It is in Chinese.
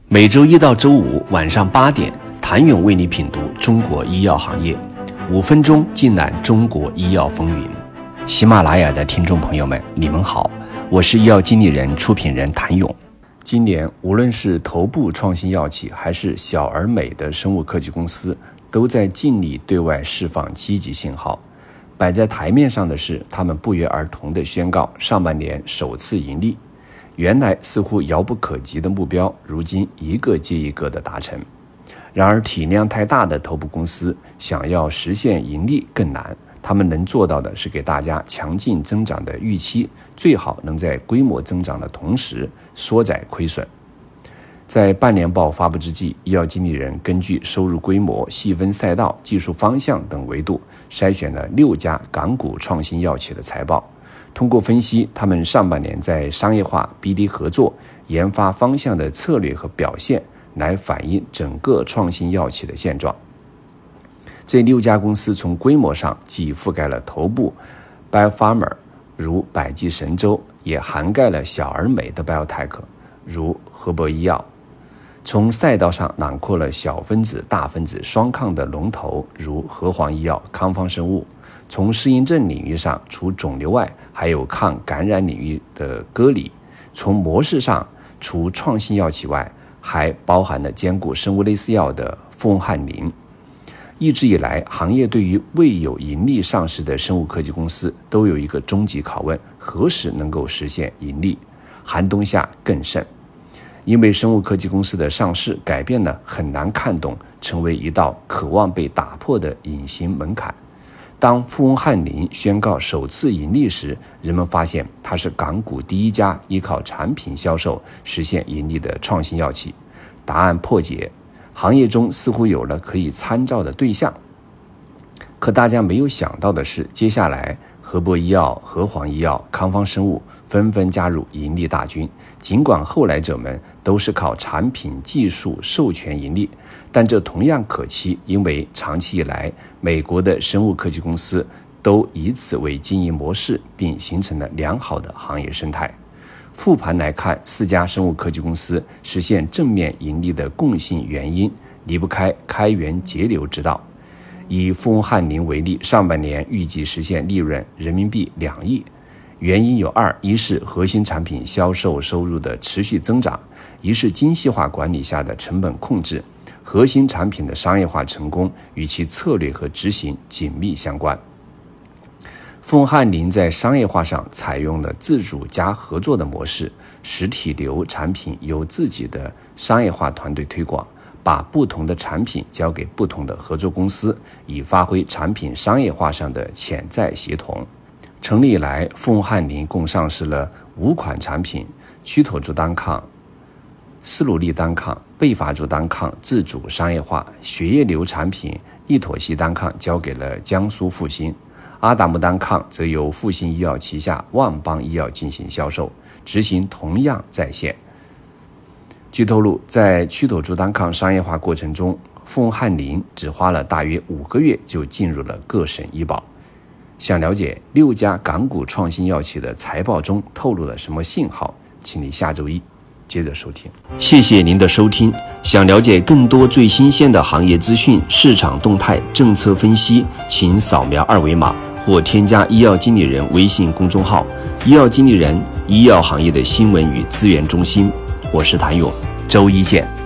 每周一到周五晚上8点，谭勇为你品读中国医药行业，5分钟尽览中国医药风云。喜马拉雅的听众朋友们，你们好，我是医药经理人、出品人谭勇。今年无论是头部创新药企还是小而美的生物科技公司，都在尽力对外释放积极信号。摆在台面上的是他们不约而同地宣告上半年首次盈利。原来似乎遥不可及的目标，如今一个接一个的达成。然而体量太大的头部公司想要实现盈利更难，他们能做到的是给大家强劲增长的预期，最好能在规模增长的同时缩窄亏损。在半年报发布之际，医药经理人根据收入规模、细分赛道、技术方向等维度筛选了6家港股创新药企的财报，通过分析他们上半年在商业化、BD 合作、研发方向的策略和表现，来反映整个创新药企的现状。这6家公司从规模上既覆盖了头部 Biopharma 如百济神州，也涵盖了小而美的 Biotech 如合博医药。从赛道上囊括了小分子、大分子双抗的龙头如和黄医药、康方生物。从适应症领域上，除肿瘤外，还有抗感染领域的歌里。从模式上，除创新药企外，还包含了兼顾生物类似药的富翁翰林。一直以来，行业对于未有盈利上市的生物科技公司都有一个终极拷问：何时能够实现盈利？寒冬下更甚。因为生物科技公司的上市改变了很难看懂，成为一道渴望被打破的隐形门槛。当富翁翰林宣告首次盈利时，人们发现它是港股第一家依靠产品销售实现盈利的创新药企。答案破解，行业中似乎有了可以参照的对象。可大家没有想到的是，接下来合博医药、和黄医药、康方生物纷纷加入盈利大军。尽管后来者们都是靠产品技术授权盈利，但这同样可期，因为长期以来美国的生物科技公司都以此为经营模式，并形成了良好的行业生态。复盘来看，4家生物科技公司实现正面盈利的共性原因，离不开开源节流之道。以富翁翰林为例，上半年预计实现利润人民币2亿，原因有2：一是核心产品销售收入的持续增长，一是精细化管理下的成本控制。核心产品的商业化成功与其策略和执行紧密相关。富翁翰林在商业化上采用了自主加合作的模式，实体流产品由自己的商业化团队推广，把不同的产品交给不同的合作公司，以发挥产品商业化上的潜在协同。成立以来，富翁翰林共上市了5款产品：曲妥珠单抗、司鲁利单抗、贝法珠单抗自主商业化，血液流产品利妥昔单抗交给了江苏复星，阿达木单抗则由复星医药旗下万邦医药进行销售，执行同样在线。据透露，在曲妥珠单抗商业化过程中，富翁翰林只花了大约5个月就进入了各省医保。想了解6家港股创新药企的财报中透露了什么信号，请你下周一接着收听。谢谢您的收听。想了解更多最新鲜的行业资讯、市场动态、政策分析，请扫描2维码或添加医药经理人微信公众号“医药经理人”，医药行业的新闻与资源中心。我是谭勇，周一见。